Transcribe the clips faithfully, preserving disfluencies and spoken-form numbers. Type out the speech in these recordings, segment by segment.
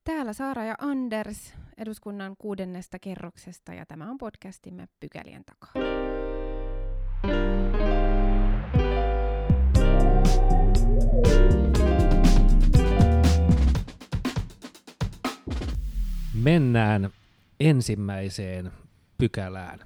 Täällä Saara ja Anders eduskunnan kuudennesta kerroksesta ja tämä on podcastimme Pykälien takaa. Mennään ensimmäiseen pykälään.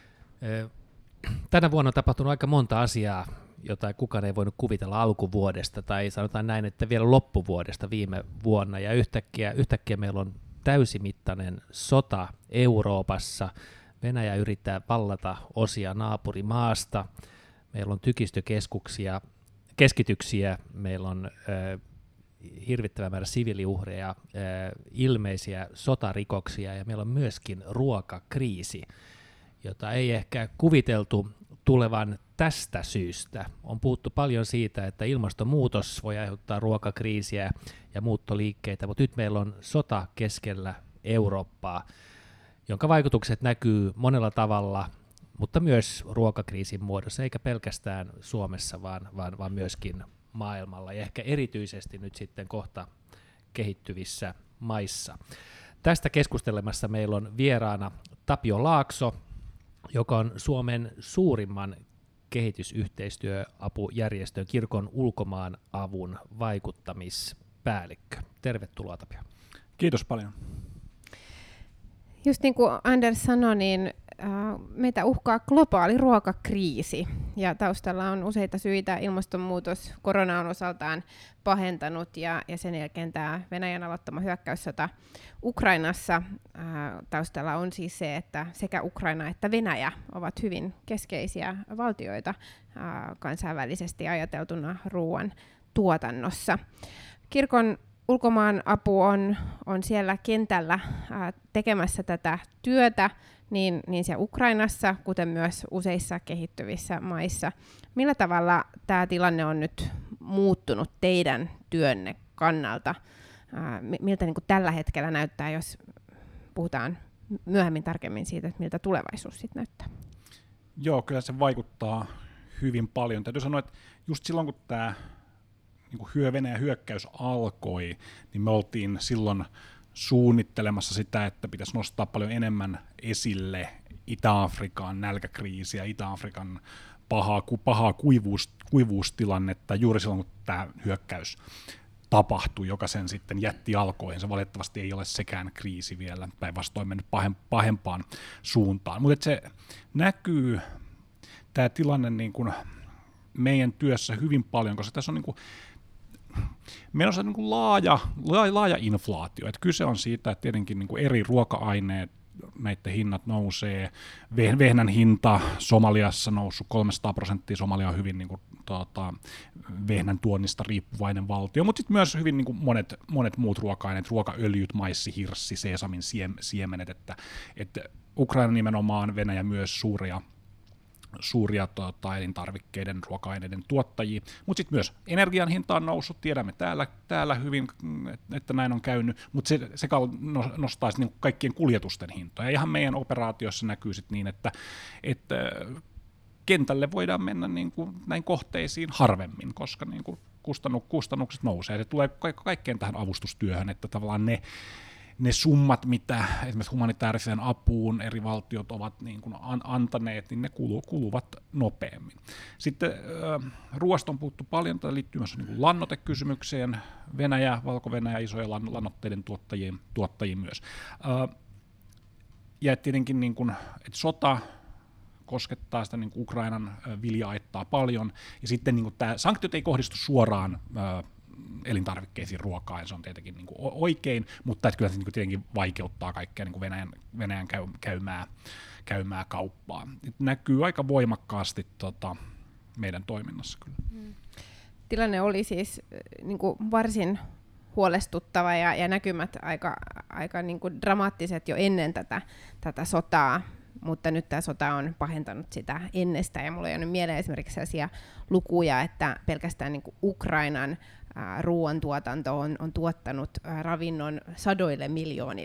Tänä vuonna on tapahtunut aika monta asiaa, jota kukaan ei voinut kuvitella alkuvuodesta, tai sanotaan näin, että vielä loppuvuodesta viime vuonna, ja yhtäkkiä, yhtäkkiä meillä on täysimittainen sota Euroopassa. Venäjä yrittää vallata osia naapurimaasta, meillä on tykistökeskuksia, keskityksiä, meillä on äh, hirvittävä määrä siviiliuhreja, äh, ilmeisiä sotarikoksia, ja meillä on myöskin ruokakriisi, jota ei ehkä kuviteltu tulevan tästä syystä. On puhuttu paljon siitä, että ilmastonmuutos voi aiheuttaa ruokakriisiä ja muuttoliikkeitä, mutta nyt meillä on sota keskellä Eurooppaa, jonka vaikutukset näkyy monella tavalla, mutta myös ruokakriisin muodossa, eikä pelkästään Suomessa, vaan, vaan, vaan myöskin maailmalla ja ehkä erityisesti nyt sitten kohta kehittyvissä maissa. Tästä keskustelemassa meillä on vieraana Tapio Laakso, joka on Suomen suurimman kehitysyhteistyöapujärjestön Kirkon ulkomaan avun vaikuttamispäällikkö. Tervetuloa, Tapio. Kiitos paljon. Just niin kuin Anders sanoi, niin meitä uhkaa globaali ruokakriisi ja taustalla on useita syitä. Ilmastonmuutos, korona on osaltaan pahentanut ja, ja sen jälkeen tämä Venäjän aloittama hyökkäyssota Ukrainassa. Ää, taustalla on siis se, että sekä Ukraina että Venäjä ovat hyvin keskeisiä valtioita ää, kansainvälisesti ajateltuna ruoan tuotannossa. Kirkon ulkomaan apu on, on siellä kentällä ää, tekemässä tätä työtä, niin, niin siellä Ukrainassa, kuten myös useissa kehittyvissä maissa. Millä tavalla tämä tilanne on nyt muuttunut teidän työnne kannalta? Ää, miltä niin kuin tällä hetkellä näyttää, jos puhutaan myöhemmin tarkemmin siitä, että miltä tulevaisuus sitten näyttää? Joo, kyllä se vaikuttaa hyvin paljon. Täytyy sanoa, että just silloin kun tämä niin hyö Venäjän hyökkäys alkoi, niin me oltiin silloin suunnittelemassa sitä, että pitäisi nostaa paljon enemmän esille Itä-Afrikan nälkäkriisiä, Itä-Afrikan pahaa, pahaa kuivuus, kuivuustilannetta juuri silloin, kun tämä hyökkäys tapahtui, joka sen sitten jätti alkoihin. Se valitettavasti ei ole sekään kriisi vielä, päinvastoin mennyt pahempaan suuntaan. Mutta se näkyy, tämä tilanne niin kuin meidän työssä hyvin paljon, koska tässä on niin kuin meillä on se niin kuin laaja, laaja, laaja inflaatio. Et kyse on siitä, että tietenkin niin kuin eri ruoka-aineet, näiden hinnat nousee. Vehnän hinta Somaliassa noussut kolmesataa prosenttia. Somalia on hyvin niin kuin, tuota, vehnän tuonnista riippuvainen valtio, mutta sitten myös hyvin niin kuin monet, monet muut ruoka-aineet, ruokaöljyt, maissi, hirssi, seesamin siemenet. Että, että Ukraina nimenomaan, Venäjä myös suuria suuria tuota, elintarvikkeiden, ruoka-aineiden tuottajia, mutta sitten myös energian hinta on noussut, tiedämme täällä, täällä hyvin, että näin on käynyt, mutta se, se nostaa niin kaikkien kuljetusten hintoja. Ja ihan meidän operaatiossa näkyy sit niin, että, että kentälle voidaan mennä niin kuin näin kohteisiin harvemmin, koska niin kuin kustannukset nousee. Se tulee kaikkeen tähän avustustyöhön, että tavallaan ne ne summat, mitä esimerkiksi humanitaariseen apuun eri valtiot ovat niin kuin antaneet, niin ne kuluvat nopeammin. Sitten äh, ruoasta on puhuttu paljon, tämä liittyy myös niin kuin lannoitekysymykseen, Venäjä, Valko-Venäjä, isoja lannoitteiden tuottajien, tuottajia myös. Äh, ja tietenkin niin kuin, että sota koskettaa sitä niin kuin Ukrainan vilja-aittaa paljon, ja sitten niin kuin tämä sanktiot ei kohdistu suoraan äh, elintarvikkeisiin, ruokaan, se on tietenkin niin kuin oikein, mutta kyllä se niin kuin tietenkin vaikeuttaa kaikkea niin kuin Venäjän, Venäjän käy, käymää, käymää kauppaa. Et näkyy aika voimakkaasti tota, meidän toiminnassa kyllä. Tilanne oli siis niin kuin varsin huolestuttava ja, ja näkymät aika, aika niin kuin dramaattiset jo ennen tätä, tätä sotaa, mutta nyt tämä sota on pahentanut sitä ennestään, ja mulla on jäänyt mieleen esimerkiksi sellaisia lukuja, että pelkästään niin kuin Ukrainan ää, ruoantuotanto on, on tuottanut ää, ravinnon sadoille miljoonille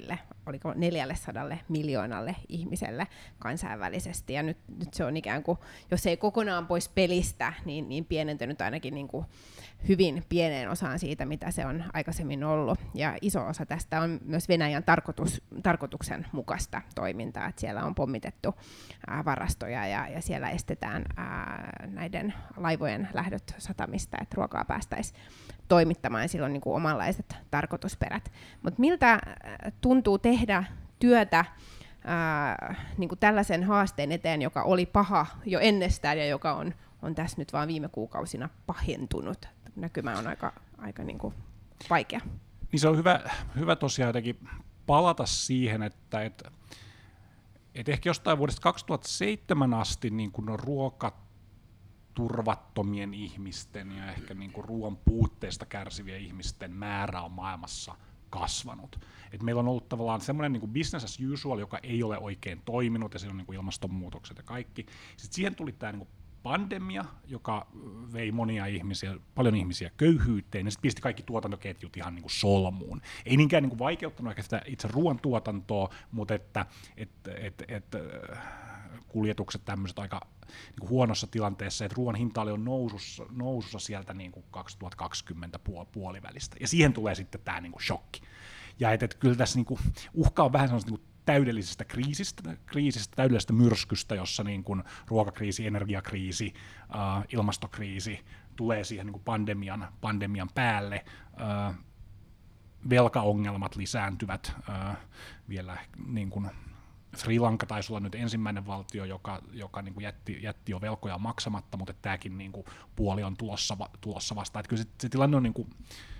oliko neljäsataa miljoonalle ihmiselle kansainvälisesti. Ja nyt, nyt se on ikään kuin, jos ei kokonaan pois pelistä, niin, niin pienentynyt ainakin niin kuin hyvin pieneen osaan siitä, mitä se on aikaisemmin ollut. Ja iso osa tästä on myös Venäjän tarkoitus, tarkoituksen mukaista toimintaa, että siellä on pommitettu ää, varastoja ja, ja siellä estetään ää, näiden laivojen lähdöt satamista, että ruokaa päästäisiin toimittamaan, ja sillä on niin kuin omanlaiset tarkoitusperät. Mutta miltä tuntuu tehdä työtä ää, niin kuin tällaisen haasteen eteen, joka oli paha jo ennestään ja joka on, on tässä nyt vaan viime kuukausina pahentunut? Näkymä on aika, aika niin kuin vaikea. Niin se on hyvä, hyvä tosiaan jotenkin palata siihen, että et, et ehkä jostain vuodesta kaksituhattaseitsemän asti niin kuin ruokaturvattomien ihmisten ja ehkä niin kuin ruoan puutteesta kärsivien ihmisten määrä on maailmassa kasvanut. Et meillä on ollut tavallaan semmoinen niin kuin business as usual, joka ei ole oikein toiminut, ja siinä on niin kuin ilmastonmuutokset ja kaikki. Sitten siihen tuli tämä niin kuin pandemia, joka vei monia ihmisiä, paljon ihmisiä köyhyyteen, ja sitten pisti kaikki tuotantoketjut ihan niin kuin solmuun. Ei niinkään niin kuin vaikeuttanut ehkä sitä itse ruoantuotantoa, mutta että et, et, et, kuljetukset tämmöiset aika niin kuin huonossa tilanteessa, että ruoan hinta oli nousussa, nousussa sieltä niin kuin kaksituhattakaksikymmentä puolivälistä, ja siihen tulee sitten tämä niin kuin shokki. Ja että et kyllä tässä niin kuin uhka on vähän sellaista niin kuin täydellisestä kriisistä, kriisistä, täydellisestä myrskystä, jossa niin kuin ruokakriisi, energiakriisi, äh, ilmastokriisi tulee siihen niin kuin pandemian, pandemian päälle, äh, velkaongelmat lisääntyvät, äh, vielä niin kuin Sri Lanka taisi olla nyt ensimmäinen valtio, joka, joka niin kuin jätti, jätti jo velkoja maksamatta, mutta tämäkin niin kuin puoli on tulossa, tulossa vastaan. Että kyllä se, se tilanne on niin kuin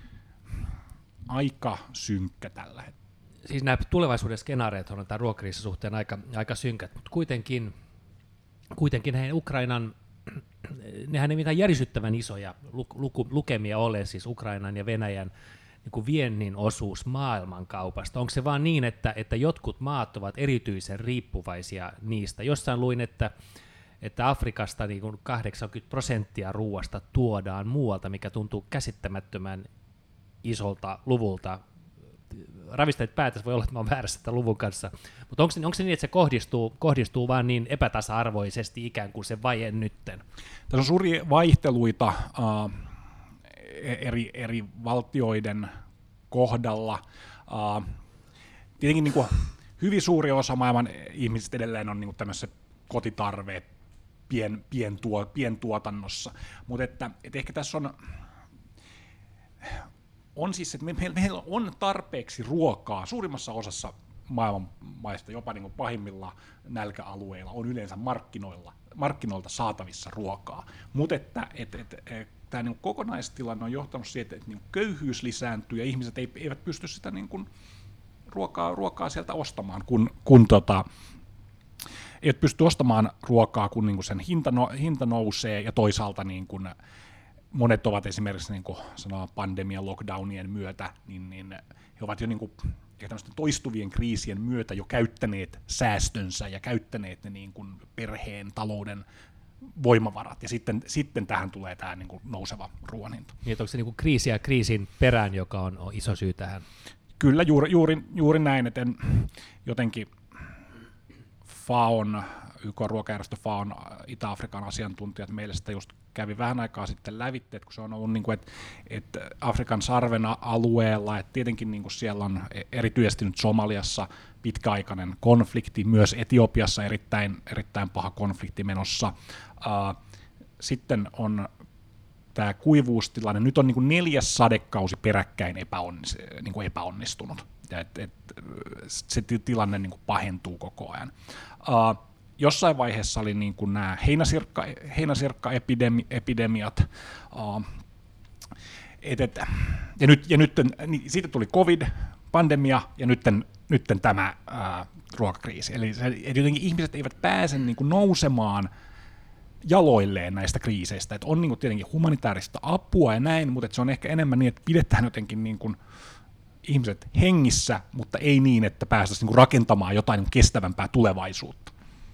aika synkkä tällä hetkellä. Siis nämä tulevaisuuden skenaariot on tämän ruokakriisin suhteen aika, aika synkät, mutta kuitenkin, kuitenkin he Ukrainan, nehän ei mitään järisyttävän isoja luku, lukemia ole, siis Ukrainan ja Venäjän niin kuin viennin osuus maailmankaupasta. Onko se vaan niin, että, että jotkut maat ovat erityisen riippuvaisia niistä? Jossain luin, että, että Afrikasta niin kuin kahdeksankymmentä prosenttia ruoasta tuodaan muualta, mikä tuntuu käsittämättömän isolta luvulta. Ravistajat päätös voi olla, että mä oon väärässä tämän luvun kanssa, mutta onko se, onko se niin, että se kohdistuu, kohdistuu vaan niin epätasa-arvoisesti ikään kuin se vaje nytten? Tässä on suuria vaihteluita uh, eri, eri valtioiden kohdalla. Uh, tietenkin niin kuin hyvin suuri osa maailman ihmisistä edelleen on niin kuin tämmöisessä kotitarve pien, pientuo, pientuotannossa, mutta että, että ehkä tässä on on siis, että meillä on tarpeeksi ruokaa suurimmassa osassa maailman maista, jopa niin kuin pahimmilla nälkäalueilla on yleensä markkinoilla, markkinoilta saatavissa ruokaa, mutta että et, et, et, tämä niin kokonaistilanne on johtanut siihen, että, että niin köyhyys lisääntyy ja ihmiset eivät pysty sitä niin kuin ruokaa, ruokaa sieltä ostamaan, kun, kun tota, eivät pysty ostamaan ruokaa, kun niin kuin sen hinta, no, hinta nousee, ja toisaalta niin kuin monet ovat esimerkiksi niin kuin sanoo, pandemian lockdownien myötä, niin, niin he ovat jo niin kuin, toistuvien kriisien myötä jo käyttäneet säästönsä ja käyttäneet ne niin kuin perheen talouden voimavarat, ja sitten, sitten tähän tulee tämä niin kuin nouseva ruoan hinta. Niin, onko se niin kuin kriisi ja kriisin perään, joka on, on iso syy tähän? Kyllä, juuri, juuri, juuri näin, että jotenkin F A O:n, Y K-ruokajärjestö F A O:n Itä-Afrikan asiantuntijat meille sitä just kävi vähän aikaa sitten lävitteet, kun se on ollut niin kuin, että, että Afrikan sarven alueella, että tietenkin niin kuin siellä on erityisesti nyt Somaliassa pitkäaikainen konflikti, myös Etiopiassa erittäin, erittäin paha konflikti menossa. Sitten on tämä kuivuustilanne, nyt on niin kuin neljäs sadekausi peräkkäin epäonnis, niin kuin epäonnistunut, ja et, et, se tilanne niin kuin pahentuu koko ajan. Jossain vaiheessa oli niin kuin nämä heinäsirkka, heinäsirkkaepidemiat, uh, et, et, ja nyt, ja nyt niin siitä tuli covid-pandemia, ja nyt, nyt tämä uh, ruokakriisi. Eli se, et jotenkin ihmiset eivät pääse niin kuin nousemaan jaloilleen näistä kriiseistä. Et on niin kuin tietenkin humanitaarista apua ja näin, mutta se on ehkä enemmän niin, että pidetään jotenkin niin kuin ihmiset hengissä, mutta ei niin, että päästäisiin niin kuin rakentamaan jotain niin kuin kestävämpää tulevaisuutta.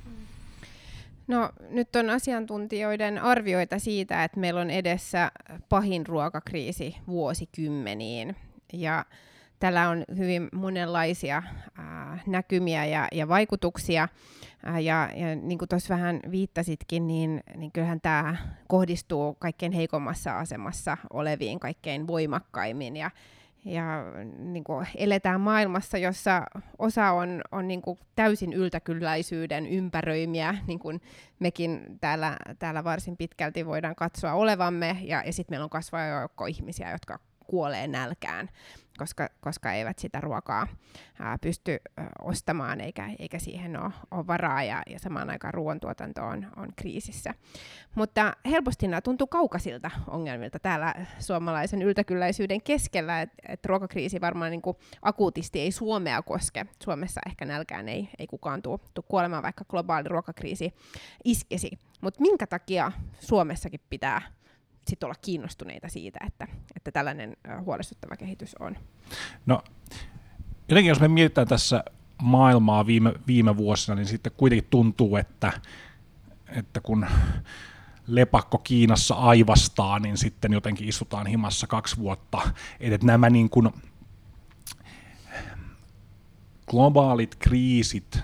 No, nyt on asiantuntijoiden arvioita siitä, että meillä on edessä pahin ruokakriisi vuosikymmeniin. Ja tällä on hyvin monenlaisia ää, näkymiä ja, ja vaikutuksia. Ää, ja, ja niin kuin tuossa vähän viittasitkin, niin, niin kyllähän tämä kohdistuu kaikkein heikommassa asemassa oleviin kaikkein voimakkaimmin. Ja, ja niin kuin eletään maailmassa, jossa osa on, on niin kuin täysin yltäkylläisyyden ympäröimiä, niin kuin mekin täällä, täällä varsin pitkälti voidaan katsoa olevamme, ja, ja sitten meillä on kasvava joukko ihmisiä, jotka kuolee nälkään, koska, koska eivät sitä ruokaa ää, pysty ä, ostamaan, eikä, eikä siihen ole, ole varaa, ja, ja samaan aikaan ruoantuotanto on, on kriisissä. Mutta helposti nämä tuntuu kaukaisilta ongelmilta täällä suomalaisen yltäkylläisyyden keskellä, että et ruokakriisi varmaan niin kuin akuutisti ei Suomea koske. Suomessa ehkä nälkään ei, ei kukaan tule kuolemaan, vaikka globaali ruokakriisi iskesi. Mutta minkä takia Suomessakin pitää sit olla kiinnostuneita siitä, että, että tällainen huolestuttava kehitys on? No, jotenkin jos me mietitään tässä maailmaa viime, viime vuosina, niin sitten kuitenkin tuntuu, että, että kun lepakko Kiinassa aivastaa, niin sitten jotenkin istutaan himassa kaksi vuotta. Että nämä niin kuin globaalit kriisit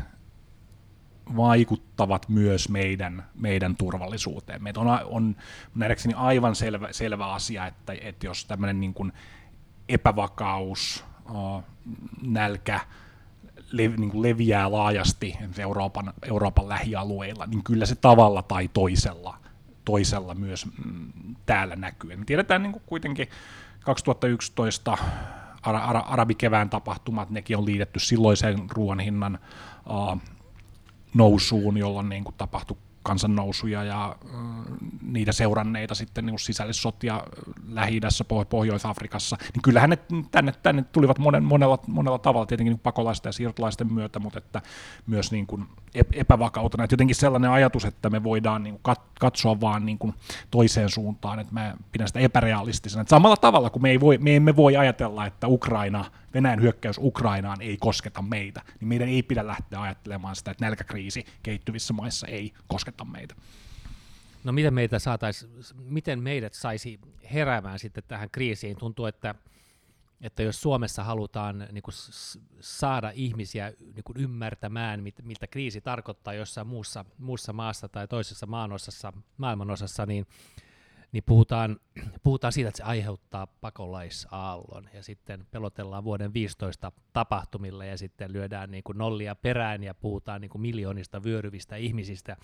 vaikuttavat myös meidän, meidän turvallisuuteen. Meitä on, on nähdäkseni aivan selvä, selvä asia, että, että jos tämmöinen niin kuin epävakaus, nälkä le, niin kuin leviää laajasti Euroopan, Euroopan lähialueilla, niin kyllä se tavalla tai toisella, toisella myös mm, täällä näkyy. Me tiedetään niin kuin kuitenkin kaksituhattayksitoista ara, ara, arabikevään tapahtumat, nekin on liitetty silloiseen ruoan hinnan uh, nousuun, jolloin niin kuin tapahtui kansannousuja ja äh, niitä seuranneita sitten niin kuin sisällissotia Lähi-idässä, Pohjois-Afrikassa, niin kyllähän ne tänne, tänne tulivat monen, monella, monella tavalla tietenkin niin pakolaisten ja siirtolaisten myötä, mutta että myös niin kuin epävakautena. Että jotenkin sellainen ajatus, että me voidaan niin kuin katsoa vaan niin kuin toiseen suuntaan, että mä pidän sitä epärealistisena. Että samalla tavalla, kun me, ei voi, me emme voi ajatella, että Ukraina, Venäjän hyökkäys Ukrainaan ei kosketa meitä, niin meidän ei pidä lähteä ajattelemaan sitä, että nälkäkriisi kehittyvissä maissa ei kosketa meitä. No miten, meitä saatais, miten meidät saisi heräämään sitten tähän kriisiin? Tuntuu, että, että jos Suomessa halutaan niin kuin saada ihmisiä niin kuin ymmärtämään, mit, mitä kriisi tarkoittaa jossain muussa, muussa maassa tai toisessa maanosassa, maailmanosassa, niin niin puhutaan, puhutaan siitä, että se aiheuttaa pakolaisaallon, ja sitten pelotellaan vuoden viisitoista tapahtumilla, ja sitten lyödään niin kuin nollia perään, ja puhutaan niin kuin miljoonista vyöryvistä ihmisistä.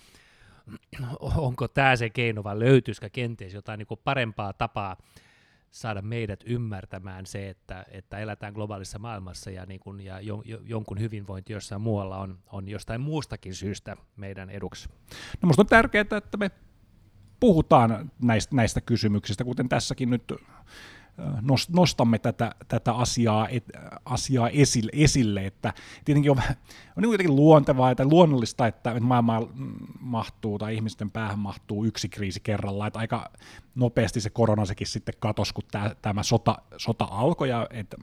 Onko tämä se keino, vai löytyisikö kenties jotain niin kuin parempaa tapaa saada meidät ymmärtämään se, että, että eletään globaalissa maailmassa, ja, niin kuin, ja jo, jo, jonkun hyvinvointi jossain muualla on, on jostain muustakin syystä meidän eduksi? No musta on tärkeää, että me puhutaan näistä, näistä kysymyksistä, kuten tässäkin nyt nostamme tätä, tätä asiaa, et, asiaa esille, esille, että tietenkin on, on kuitenkin luontevaa tai luonnollista, että maailmaan mahtuu tai ihmisten päähän mahtuu yksi kriisi kerrallaan, että aika nopeasti se korona sekin sitten katosi, kun tämä, tämä sota, sota alkoi, ja et,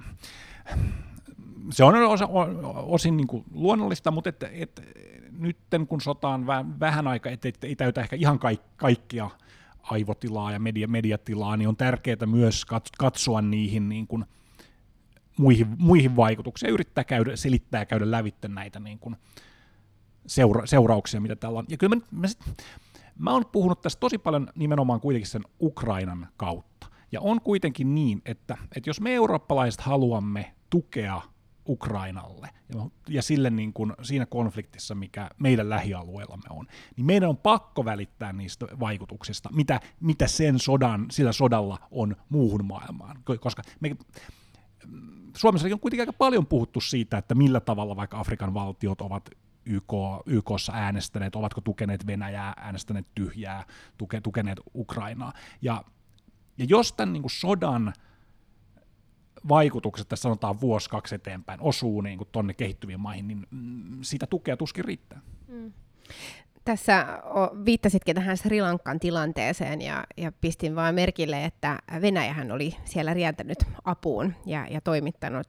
se on osa, osin niin kuin luonnollista, mutta et, et, nyt kun sota on vähän aikaa, ettei ei täytä ehkä ihan kaikkia aivotilaa ja media, mediatilaa, niin on tärkeää myös katsoa niihin niin kuin muihin, muihin vaikutuksiin ja yrittää käydä, selittää käydä lävitse näitä niin kuin seura, seurauksia, mitä täällä on. Ja kyllä mä, mä, sit, mä oon puhunut tästä tosi paljon nimenomaan kuitenkin sen Ukrainan kautta. Ja on kuitenkin niin, että, että jos me eurooppalaiset haluamme tukea Ukrainalle ja sille niin kuin siinä konfliktissa, mikä meidän lähialueellamme on, niin meidän on pakko välittää niistä vaikutuksista, mitä, mitä sen sodan, sillä sodalla on muuhun maailmaan. Koska me, Suomessakin on kuitenkin aika paljon puhuttu siitä, että millä tavalla vaikka Afrikan valtiot ovat Y K, YKssa äänestäneet, ovatko tukeneet Venäjää, äänestäneet tyhjää, tuke, tukeneet Ukrainaa. Ja, ja jos tämän niin kuin sodan vaikutukset, tässä sanotaan vuosi kaksi eteenpäin, osuu niin kuin tonne kehittyviin maihin, niin sitä tukea tuskin riittää. Mm. Tässä viittasitkin tähän Sri Lankan tilanteeseen ja, ja pistin vaan merkille, että Venäjähän oli siellä rientänyt apuun ja, ja toimittanut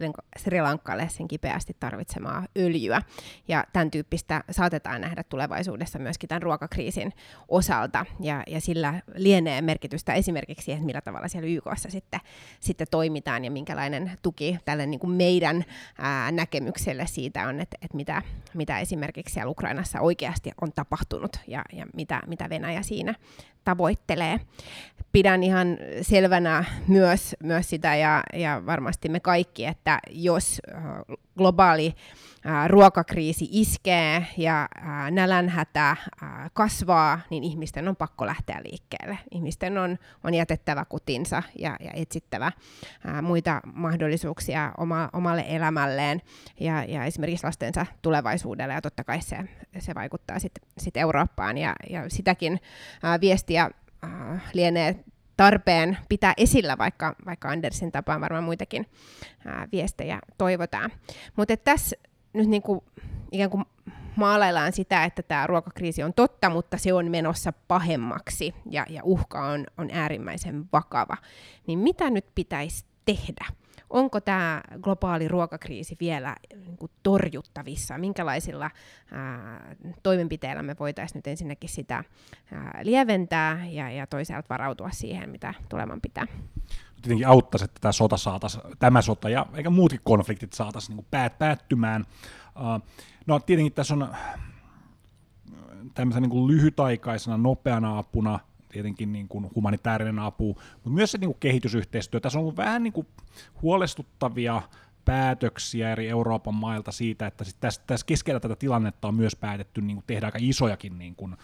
Sri Lankalle sen kipeästi tarvitsemaa öljyä. Ja tämän tyyppistä saatetaan nähdä tulevaisuudessa myöskin tämän ruokakriisin osalta ja, ja sillä lienee merkitystä esimerkiksi siihen, millä tavalla siellä Y K:ssa sitten, sitten toimitaan ja minkälainen tuki tälle niin kuin meidän ää, näkemykselle siitä on, että, että mitä, mitä esimerkiksi siellä Ukrainassa oikeasti on tapahtunut ja, ja mitä, mitä Venäjä siinä tavoittelee. Pidän ihan selvänä myös, myös sitä ja, ja varmasti me kaikki, että jos globaali ää, ruokakriisi iskee ja ää, nälänhätä ää, kasvaa, niin ihmisten on pakko lähteä liikkeelle. Ihmisten on, on jätettävä kotinsa ja, ja etsittävä ää, muita mahdollisuuksia oma, omalle elämälleen ja, ja esimerkiksi lastensa tulevaisuudelle. Ja totta kai se, se vaikuttaa sitten sit Eurooppaan ja, ja sitäkin ää, viestiä ää, lienee tarpeen pitää esillä, vaikka, vaikka Andersin tapaan varmaan muitakin ää, viestejä toivotaan. Mutta tässä nyt niinku, ikään kuin maalaillaan sitä, että tämä ruokakriisi on totta, mutta se on menossa pahemmaksi ja, ja uhka on, on äärimmäisen vakava. Niin mitä nyt pitäisi tehdä? Onko tämä globaali ruokakriisi vielä niin kuin torjuttavissa? Minkälaisilla ää, toimenpiteillä me voitaisiin nyt ensinnäkin sitä ää, lieventää ja, ja toisaalta varautua siihen, mitä tuleman pitää? Tietenkin auttaisi, että tämä sota saataisiin, tämä sota ja eikä muutkin konfliktit saataisiin niin kuin päät, päättymään. Uh, no tietenkin tässä on tämmöisenä niin kuin lyhytaikaisena, nopeana apuna, tietenkin niin kuin humanitaarinen apu, mutta myös se niin kuin kehitysyhteistyö. Tässä on ollut vähän niin kuin huolestuttavia päätöksiä eri Euroopan mailta siitä, että tässä, tässä keskellä tätä tilannetta on myös päätetty niin kuin tehdä aika isojakin niin kuin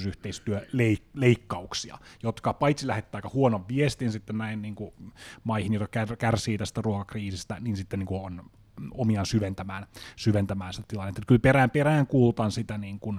kehitysyhteistyöleikkauksia, jotka paitsi lähettää aika huonon viestin sitten näin niin kuin maihin, jotka kärsii tästä ruokakriisistä, niin sitten niin kuin on omiaan syventämään, syventämään sitä tilannetta. Kyllä perään, perään kuultaan sitä niin kuin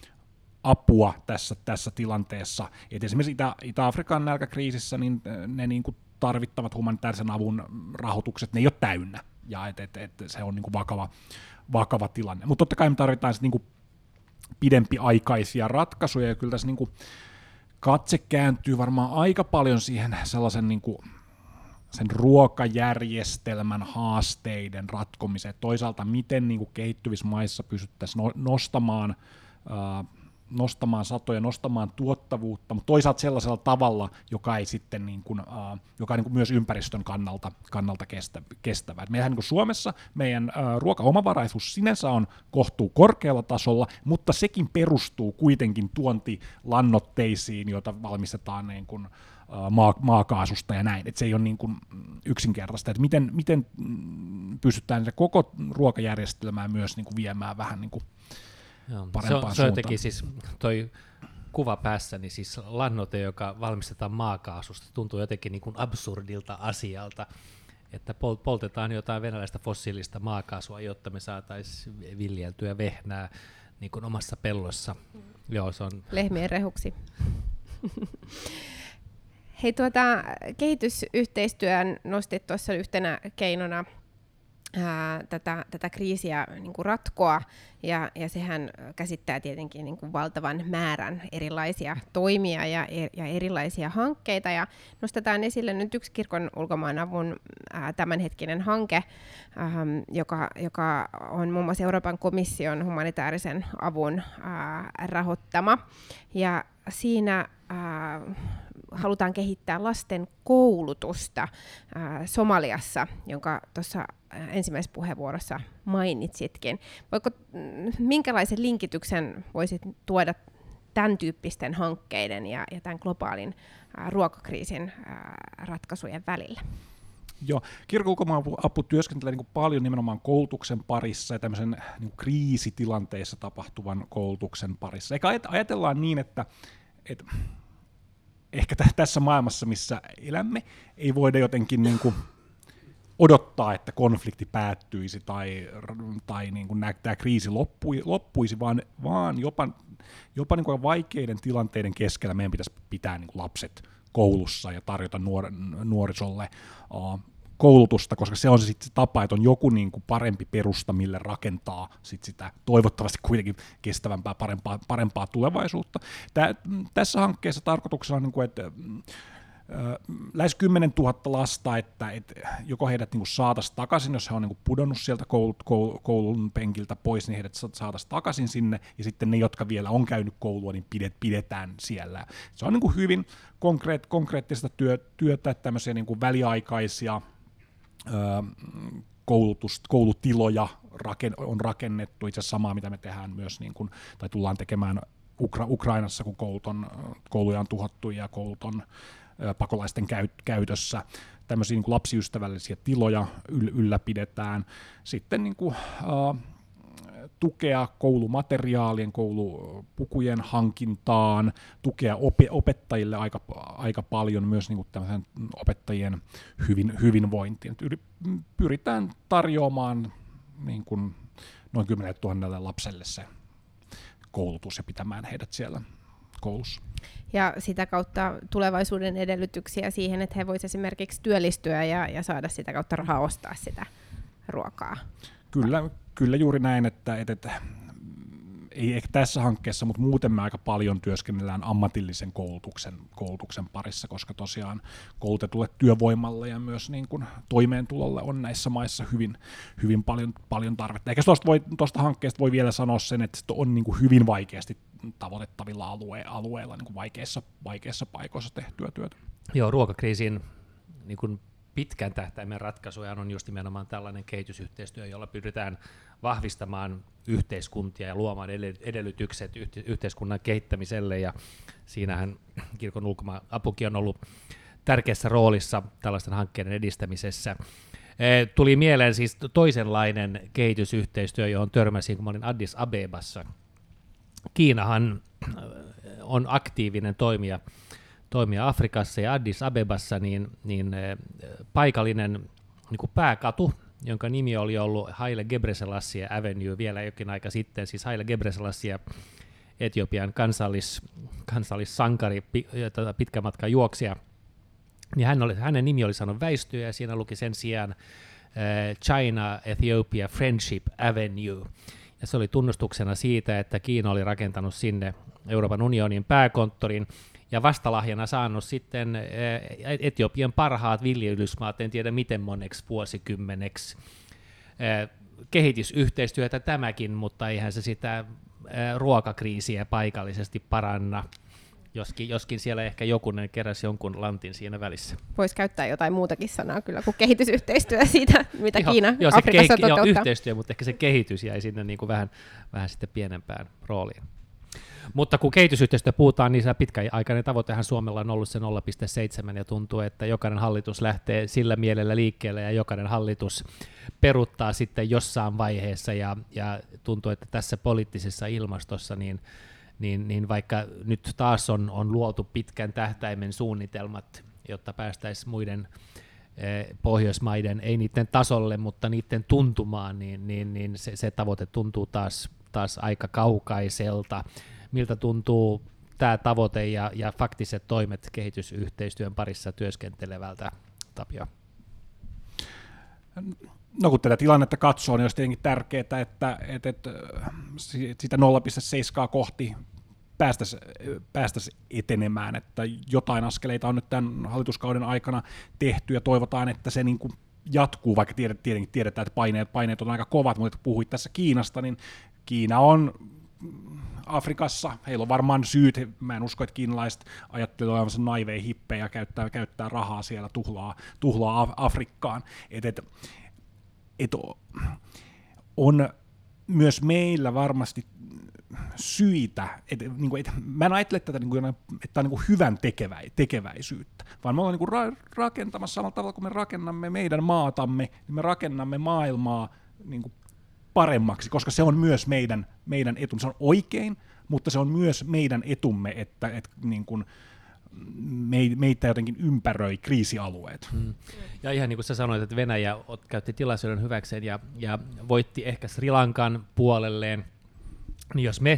apua tässä, tässä tilanteessa. Et esimerkiksi Itä, Itä-Afrikan nälkäkriisissä niin ne niin kuin tarvittavat humanitaarisen avun rahoitukset, ne ei ole täynnä, ja et, et, et se on niin kuin vakava, vakava tilanne. Mutta totta kai me tarvitaan niin kuin pidempiaikaisia ratkaisuja, ja kyllä tässä niin kuin katse kääntyy varmaan aika paljon siihen sellaisen niin kuin sen ruokajärjestelmän haasteiden ratkomiseen. Toisaalta miten niin kuin kehittyvissä maissa pystyttäisiin no, nostamaan uh, nostamaan satoja, nostamaan tuottavuutta, mutta toisaalta sellaisella tavalla, joka ei sitten niin kuin, uh, joka on niin kuin myös ympäristön kannalta, kannalta kestä, kestävä. Et meillähän niin kuin Suomessa meidän uh, ruokaomavaraisuus sinänsä on kohtuu korkealla tasolla, mutta sekin perustuu kuitenkin tuontilannoitteisiin, joita valmistetaan niin kuin Maa, maakaasusta ja näin, että se ei ole niin kuin yksinkertaista, että miten, miten pystytään sitä koko ruokajärjestelmää myös niin kuin viemään vähän niin kuin Joo, parempaan se on, se on jotenkin siis toi kuva päässäni, siis lannoite, joka valmistetaan maakaasusta, tuntuu jotenkin niin kuin absurdilta asialta, että pol- poltetaan jotain venäläistä fossiilista maakaasua, jotta me saataisiin viljeltyä vehnää niin kuin omassa pellossa. Mm. Joo, se on lehmien rehuksi. Hei, tuota, kehitysyhteistyön nostit tuossa yhtenä keinona ää, tätä, tätä kriisiä niin kuin ratkoa, ja, ja sehän käsittää tietenkin niin kuin valtavan määrän erilaisia toimia ja, ja erilaisia hankkeita, ja nostetaan esille nyt yksi kirkon ulkomaanavun ää, tämänhetkinen hanke, ää, joka, joka on muun muassa Euroopan komission humanitaarisen avun ää, rahoittama, ja siinä ää, halutaan kehittää lasten koulutusta ää, Somaliassa, jonka tuossa ensimmäisessä puheenvuorossa mainitsitkin. Voiko, minkälaisen linkityksen voisit tuoda tämän tyyppisten hankkeiden ja, ja tämän globaalin ää, ruokakriisin ää, ratkaisujen välillä? Joo, kirkon ulkomaanapu työskentelee niin kuin paljon nimenomaan koulutuksen parissa ja tämmöisen niin kuin kriisitilanteessa tapahtuvan koulutuksen parissa. Eikä ajatellaan niin, että, että ehkä t- tässä maailmassa, missä elämme, ei voida jotenkin niin kuin odottaa, että konflikti päättyisi tai, tai niin kuin tämä kriisi loppui, loppuisi, vaan, vaan jopa, jopa niin kuin vaikeiden tilanteiden keskellä meidän pitäisi pitää niin kuin lapset koulussa ja tarjota nuor, nuorisolle uh, koulutusta, koska se on se, sit se tapa, että on joku niin kuin parempi perusta, mille rakentaa sit sitä toivottavasti kuitenkin kestävämpää, parempaa, parempaa tulevaisuutta. Tää, tässä hankkeessa tarkoituksena on, niin kuin, että lähes kymmenen tuhatta lasta, että, että joko heidät niin kuin saataisiin takaisin, jos he on niin kuin pudonnut sieltä koulut, koulun penkiltä pois, niin heidät saataisiin takaisin sinne, ja sitten ne, jotka vielä on käynyt koulua, niin pidetään siellä. Se on niin kuin hyvin konkreet, konkreettista työ, työtä, tämmöisiä niin kuin väliaikaisia ö, koulutus, koulutiloja raken, on rakennettu, itse asiassa samaa, mitä me tehdään myös, niin kuin, tai tullaan tekemään Ukra- Ukrainassa, kun koulut on, kouluja on tuhottu ja koulut on pakolaisten käytössä, tämmöisiä niin kuin lapsiystävällisiä tiloja yl- ylläpidetään, sitten niin kuin, uh, tukea koulumateriaalien, koulupukujen hankintaan, tukea op- opettajille aika, aika paljon myös niin kuin tämmöisen opettajien hyvin, hyvinvointiin. Pyritään tarjoamaan niin kuin noin kymmenelle tuhannelle lapselle se koulutus ja pitämään heidät siellä koulussa. Ja sitä kautta tulevaisuuden edellytyksiä siihen, että he voisivat esimerkiksi työllistyä ja, ja saada sitä kautta rahaa ostaa sitä ruokaa. Kyllä, kyllä juuri näin, että, että, että ei ehkä tässä hankkeessa, mutta muuten me aika paljon työskennellään ammatillisen koulutuksen, koulutuksen parissa, koska tosiaan koulutetulle työvoimalle ja myös niin kuin toimeentulolle on näissä maissa hyvin, hyvin paljon, paljon tarvetta. Eikä tuosta hankkeesta voi vielä sanoa sen, että se on niin kuin hyvin vaikeasti tavoitettavilla alue, alueilla niin kuin vaikeissa, vaikeissa paikoissa tehtyä työtä. Joo, ruokakriisin niin kuin pitkän tähtäimen ratkaisuja on just nimenomaan tällainen kehitysyhteistyö, jolla pyritään vahvistamaan yhteiskuntia ja luomaan edellytykset yhteiskunnan kehittämiselle, ja siinähän kirkon ulkomaanapukin on ollut tärkeässä roolissa tällaisten hankkeiden edistämisessä. Tuli mieleen siis toisenlainen kehitysyhteistyö, johon törmäsin, kun mä olin Addis Abebassa. Kiinahan on aktiivinen toimija toimia Afrikassa ja Addis Abebassa, niin, niin paikallinen niin kuin pääkatu, jonka nimi oli ollut Haile Gebrselassie Avenue vielä jokin aika sitten, siis Haile Gebrselassie, Etiopian kansallis, kansallissankari, pitkä matka juoksija, niin hän oli, hänen nimi oli saanut väistyä, ja siinä luki sen sijaan China-Ethiopia Friendship Avenue. Ja se oli tunnustuksena siitä, että Kiina oli rakentanut sinne Euroopan unionin pääkonttorin, ja vastalahjana saanut sitten Etiopian parhaat viljelysmaat, en tiedä miten moneksi vuosikymmeneksi. Kehitysyhteistyötä tämäkin, mutta eihän se sitä ruokakriisiä paikallisesti paranna, joskin, joskin siellä ehkä jokunen keräsi jonkun lantin siinä välissä. Voisi käyttää jotain muutakin sanaa kyllä kuin kehitysyhteistyö siitä, mitä joo, Kiina joo, Afrikassa kehi- toteuttaa. Joo, yhteistyö, mutta ehkä se kehitys jäi sinne niin kuin vähän, vähän sitten pienempään rooliin. Mutta kun kehitysyhteistyöstä puhutaan, niin se pitkäaikainen tavoitehan Suomella on ollut se nolla pilkku seitsemän, ja tuntuu, että jokainen hallitus lähtee sillä mielellä liikkeelle, ja jokainen hallitus peruuttaa sitten jossain vaiheessa, ja, ja tuntuu, että tässä poliittisessa ilmastossa, niin, niin, niin vaikka nyt taas on, on luotu pitkän tähtäimen suunnitelmat, jotta päästäisiin muiden eh, Pohjoismaiden, ei niiden tasolle, mutta niiden tuntumaan, niin, niin, niin se, se tavoite tuntuu taas, taas aika kaukaiselta. Miltä tuntuu tämä tavoite ja, ja faktiset toimet kehitysyhteistyön parissa työskentelevältä, Tapio? No kun tätä tilannetta katsoo, niin olisi tietenkin tärkeää, että, että, että sitä nolla pilkku seitsemän kohti päästäisiin päästäisi etenemään, että jotain askeleita on nyt tämän hallituskauden aikana tehty, ja toivotaan, että se niin kuin jatkuu, vaikka tietenkin tiedetään, että paineet, paineet on aika kovat, mutta kun puhuit tässä Kiinasta, niin Kiina on Afrikassa, heillä on varmaan syyt, mä en usko, että kiinalaiset ajattelevat olevansa naiveja hippejä ja käyttää, käyttää rahaa siellä, tuhlaa, tuhlaa Afrikkaan. Et, et, et on myös meillä varmasti syitä, et, niin et, mä en ajattele tätä, niin kuin, että tämä on niin kuin hyvän tekevä, tekeväisyyttä, vaan me ollaan niin kuin ra- rakentamassa samalla tavalla, kun me rakennamme meidän maatamme, niin me rakennamme maailmaa niin kuin paremmaksi, koska se on myös meidän, meidän etu. Se on oikein, mutta se on myös meidän etumme, että, että niin kuin meitä jotenkin ympäröi kriisialueet. Hmm. Ja ihan niin kuin sä sanoit, että Venäjä käytti tilaisuuden hyväkseen ja, ja voitti ehkä Sri Lankan puolelleen, niin jos me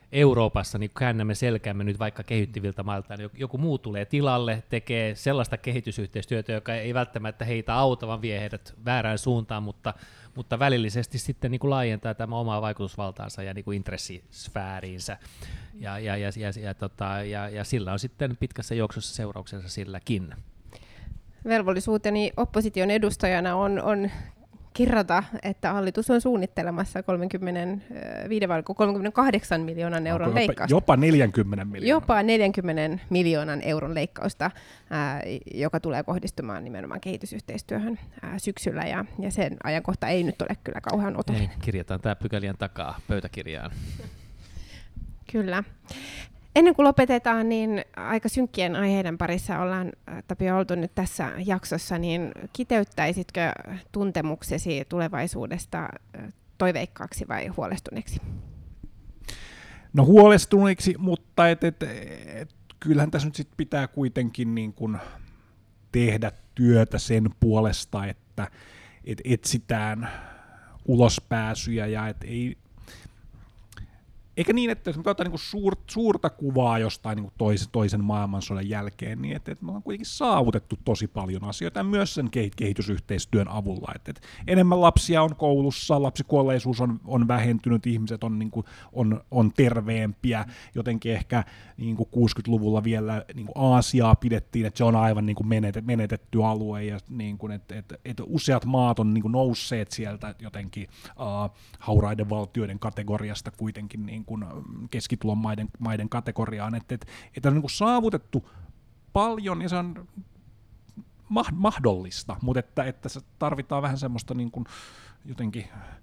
Euroopassa niin käännämme selkäämme nyt vaikka kehittyviltä mailta, niin joku muu tulee tilalle, tekee sellaista kehitysyhteistyötä, joka ei välttämättä heitä auta, vaan vie heidät väärään suuntaan, mutta, mutta välillisesti sitten niin kuin laajentaa tämä omaa vaikutusvaltaansa ja niin kuin intressisfääriinsä. Ja, ja, ja, ja, ja, tota, ja, ja sillä on sitten pitkässä juoksussa seurauksensa silläkin. Velvollisuuteni opposition edustajana on, on kirjata, että hallitus on suunnittelemassa kolmekymmentäviisi vai kolmekymmentäkahdeksan miljoonan euron jopa, leikkausta. Jopa neljänkymmenen miljoonan. Jopa neljänkymmenen miljoonan euron leikkausta, ää, joka tulee kohdistumaan nimenomaan kehitysyhteistyöhön ää, syksyllä, ja, ja sen ajankohta ei nyt ole kyllä kauhean otollinen. Ei, kirjataan tämä pykälien takaa pöytäkirjaan. Kyllä. Ennen kuin lopetetaan, niin aika synkkien aiheiden parissa ollaan, Tapio, oltu nyt tässä jaksossa, niin kiteyttäisitkö tuntemuksesi tulevaisuudesta toiveikkaaksi vai huolestuneeksi? No huolestuneeksi, mutta et, et, et, kyllähän tässä nyt sit pitää kuitenkin niin kun tehdä työtä sen puolesta, että et etsitään ulospääsyjä ja et ei... Eikä niin, että jos me katsotaan niin suur, suurta kuvaa jostain niin toisen, toisen maailmansodan jälkeen, niin että, että me ollaan kuitenkin saavutettu tosi paljon asioita myös sen kehitysyhteistyön avulla. Että, että enemmän lapsia on koulussa, lapsikuolleisuus on, on vähentynyt, ihmiset on, niin kuin, on, on terveempiä, jotenkin ehkä niin kuin kuusikymmentäluvulla vielä niin kuin Aasiaa pidettiin, että se on aivan niin kuin menetetty alue, ja niin kuin, että, että, että useat maat on niin kuin nousseet sieltä jotenkin uh, hauraiden valtioiden kategoriasta kuitenkin niin kuin keskitulon maiden, maiden kategoriaan, että, että, että on niin kuin saavutettu paljon ja se on ma- mahdollista, mutta että, että se tarvitaan vähän semmoista niin kuin jotenkin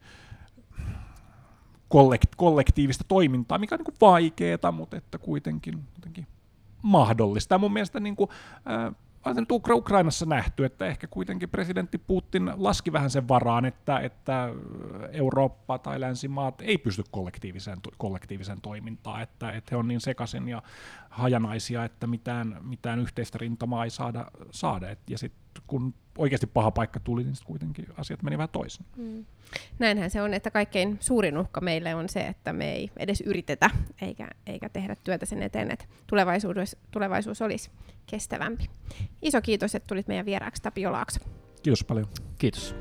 kollekt- kollektiivista toimintaa, mikä on niin kuin vaikeaa, mutta että kuitenkin jotenkin mahdollista. Ja mun mielestä niin kuin, äh, on nyt Ukrainassa nähty, että ehkä kuitenkin presidentti Putin laski vähän sen varaan, että, että Eurooppa tai länsimaat ei pysty kollektiiviseen, kollektiiviseen toimintaan, että, että he on niin sekaisin ja hajanaisia, että mitään, mitään yhteistä rintamaa ei saada, saada. ja sitten kun oikeasti paha paikka tuli, niin sitten kuitenkin asiat meni vähän toisin. Mm. Näinhän se on, että kaikkein suurin uhka meille on se, että me ei edes yritetä eikä, eikä tehdä työtä sen eteen, että tulevaisuus, tulevaisuus olisi kestävämpi. Iso kiitos, että tulit meidän vieraaksi, Tapio Laakso. Kiitos paljon. Kiitos.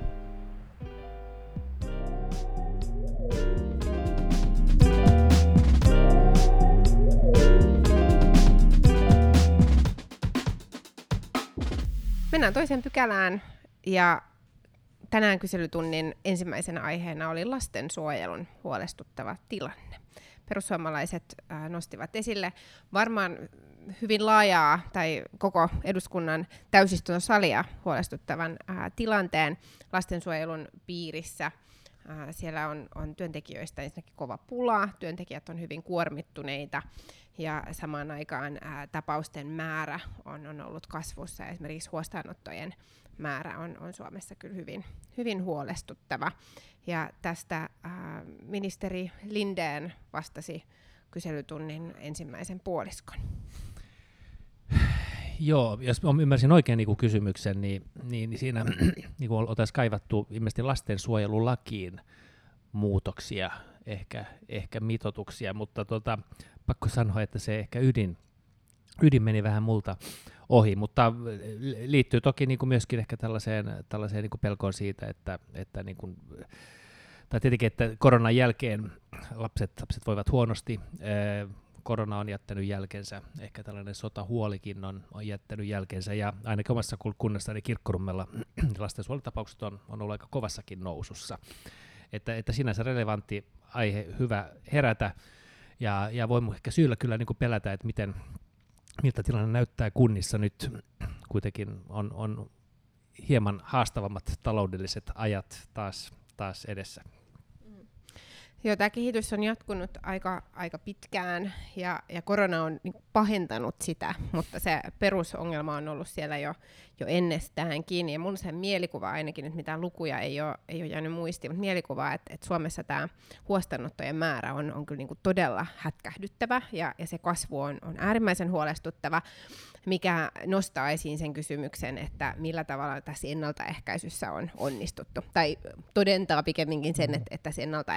Mennään toiseen pykälään, ja tänään kyselytunnin ensimmäisenä aiheena oli lastensuojelun huolestuttava tilanne. Perussuomalaiset äh, nostivat esille varmaan hyvin laajaa tai koko eduskunnan täysistuntosalia huolestuttavan äh, tilanteen lastensuojelun piirissä. Äh, siellä on, on työntekijöistä ensinnäkin kova pula, työntekijät on hyvin kuormittuneita, ja samaan aikaan ää, tapausten määrä on, on ollut kasvussa, ja esimerkiksi huostaanottojen määrä on, on Suomessa kyllä hyvin, hyvin huolestuttava. Ja tästä ää, ministeri Lindén vastasi kyselytunnin ensimmäisen puoliskon. Joo, jos ymmärsin oikein niin kuin kysymyksen, niin, niin, niin siinä niin kuin oltaisiin kaivattu ilmeisesti lastensuojelulakiin muutoksia, ehkä, ehkä mitoituksia, mutta tota, pakko sanoa, että se ehkä ydin, ydin meni vähän multa ohi, mutta liittyy toki niin kuin myöskin ehkä tällaiseen, tällaiseen niin kuin pelkoon siitä, että, että niin kuin, tai tietenkin, että koronan jälkeen lapset, lapset voivat huonosti, korona on jättänyt jälkensä, ehkä tällainen sotahuolikin on, on jättänyt jälkensä, ja ainakin omassa kunnassani Kirkkonummella lastensuojelutapaukset on, on ollut aika kovassakin nousussa. Että, että sinänsä relevantti aihe, hyvä herätä, ja, ja voimme ehkä syyllä kyllä niin kuin pelätä, että miten, miltä tilanne näyttää kunnissa nyt. Kuitenkin on, on hieman haastavammat taloudelliset ajat taas, taas edessä. Joo, tämä kehitys on jatkunut aika, aika pitkään, ja, ja korona on niin pahentanut sitä, mutta se perusongelma on ollut siellä jo, jo ennestäänkin. Ja mun se mielikuva, ainakin nyt mitään lukuja ei ole, ei ole jäänyt muistiin, mutta mielikuva, että, että Suomessa tämä huostaanottojen määrä on, on kyllä niin kuin todella hätkähdyttävä, ja, ja se kasvu on, on äärimmäisen huolestuttava, mikä nostaa esiin sen kysymyksen, että millä tavalla tässä ennaltaehkäisyssä on onnistuttu. Tai todentaa pikemminkin sen, että, että tässä ennaltaehkäisyssä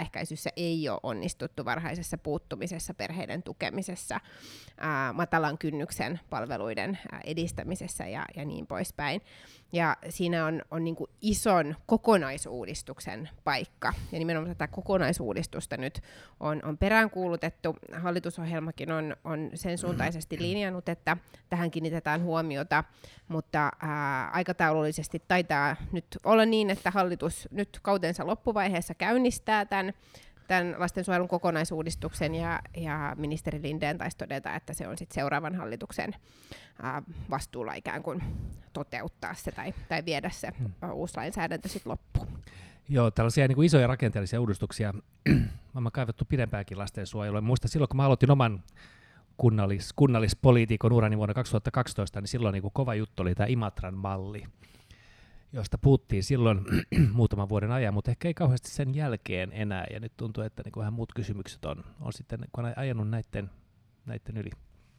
ei ole onnistuttu varhaisessa puuttumisessa, perheiden tukemisessa, ää, matalan kynnyksen palveluiden ää, edistämisessä ja, ja niin poispäin. Ja siinä on, on niin kuin ison kokonaisuudistuksen paikka. Ja nimenomaan tätä kokonaisuudistusta nyt on, on peräänkuulutettu. Hallitusohjelmakin on, on sen suuntaisesti linjannut, että tähän kiinnitetään huomiota, mutta ää, aikataulullisesti taitaa nyt olla niin, että hallitus nyt kautensa loppuvaiheessa käynnistää tämän, tämän lastensuojelun kokonaisuudistuksen, ja, ja ministeri Lindén taisi todeta, että se on sit seuraavan hallituksen ää, vastuulla ikään kuin toteuttaa se tai, tai viedä se hmm. uusi lainsäädäntö sit loppuun. Joo, tällaisia niin kuin isoja rakenteellisia uudistuksia mä kaivattu pidempäänkin lastensuojelua. Muistan silloin, kun mä aloitin oman kunnallis, kunnallispoliitikon urani vuonna kaksituhattakaksitoista, niin silloin niin kuin kova juttu oli tämä Imatran malli, josta puhuttiin silloin muutaman vuoden ajan, mutta ehkä ei kauheasti sen jälkeen enää, ja nyt tuntuu, että niin kuin vähän muut kysymykset on, on sitten kun on ajanut näiden, näiden yli.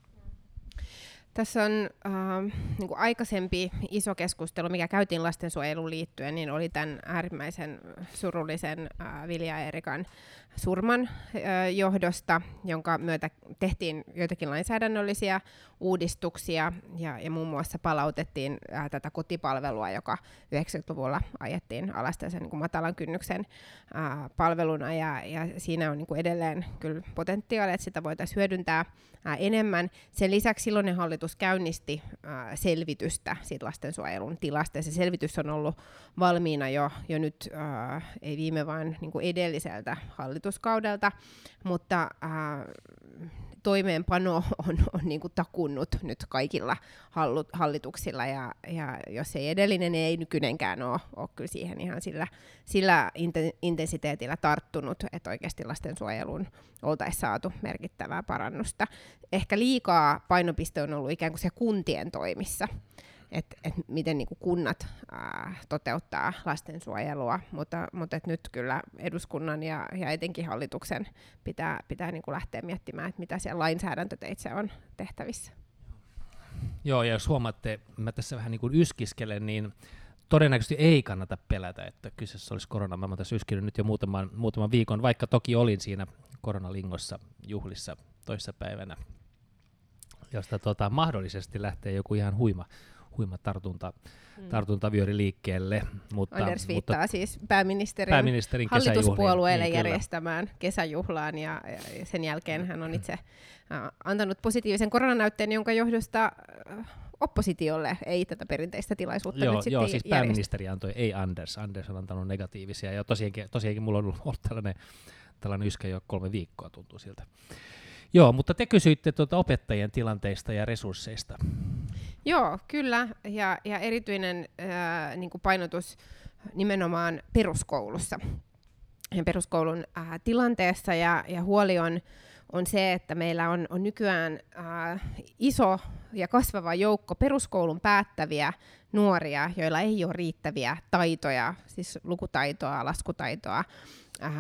Tässä on äh, niin kuin aikaisempi iso keskustelu, mikä käytiin lastensuojeluun liittyen, niin oli tämän äärimmäisen surullisen äh, Vilja Eerikan surman äh, johdosta, jonka myötä tehtiin joitakin lainsäädännöllisiä uudistuksia, ja, ja muun muassa palautettiin äh, tätä kotipalvelua, joka yhdeksänkymmentäluvulla ajettiin alas tässä niin kuin matalan kynnyksen äh, palveluna, ja, ja siinä on niin kuin edelleen kyllä potentiaalia, että sitä voitaisiin hyödyntää äh, enemmän. Sen lisäksi silloinen hallitus käynnisti äh, selvitystä siitä lastensuojelun tilasta, ja se selvitys on ollut valmiina jo, jo nyt, äh, ei viime vaan niin kuin edelliseltä hallituskaudelta, mutta äh, toimeenpano on, on niin kuin takunnut nyt kaikilla hallu, hallituksilla, ja, ja jos ei edellinen, niin ei nykyinenkään ole, ole kyllä siihen ihan sillä, sillä intensiteetillä tarttunut, että oikeasti lastensuojeluun oltaisiin saatu merkittävää parannusta. Ehkä liikaa painopiste on ollut ikään kuin se kuntien toimissa, että et miten niinku kunnat ää, toteuttaa lastensuojelua, mutta, mutta et nyt kyllä eduskunnan ja, ja etenkin hallituksen pitää, pitää niinku lähteä miettimään, että mitä siellä lainsäädäntöteitse on tehtävissä. Joo, ja jos huomaatte, mä tässä vähän niin kuin yskiskelen, niin todennäköisesti ei kannata pelätä, että kyseessä olisi korona. Mä olen tässä yskinyt nyt jo muutaman, muutaman viikon, vaikka toki olin siinä koronalingossa juhlissa toissapäivänä, josta tota, mahdollisesti lähtee joku ihan huima, huima tartunta, mm. tartuntavyöri liikkeelle. Mutta, Anders viittaa mutta siis pääministerin, pääministerin hallituspuolueelle niin, järjestämään kesäjuhlaan, ja, ja sen jälkeen hän on itse äh, antanut positiivisen koronanäytteen, jonka johdosta äh, oppositiolle ei tätä perinteistä tilaisuutta joo, nyt sitten Joo, siis järjestä. Pääministeri antoi, ei Anders. Anders on antanut negatiivisia, ja tosiaankin, tosiaankin mulla on ollut tällainen, tällainen yskä jo kolme viikkoa, tuntuu siltä. Joo, mutta te kysyitte tuota opettajien tilanteista ja resursseista. Joo, kyllä, ja, ja erityinen äh, niin kuin painotus nimenomaan peruskoulussa ja peruskoulun äh, tilanteessa, ja, ja huoli on, on se, että meillä on, on nykyään äh, iso ja kasvava joukko peruskoulun päättäviä nuoria, joilla ei ole riittäviä taitoja, siis lukutaitoa, laskutaitoa, äh,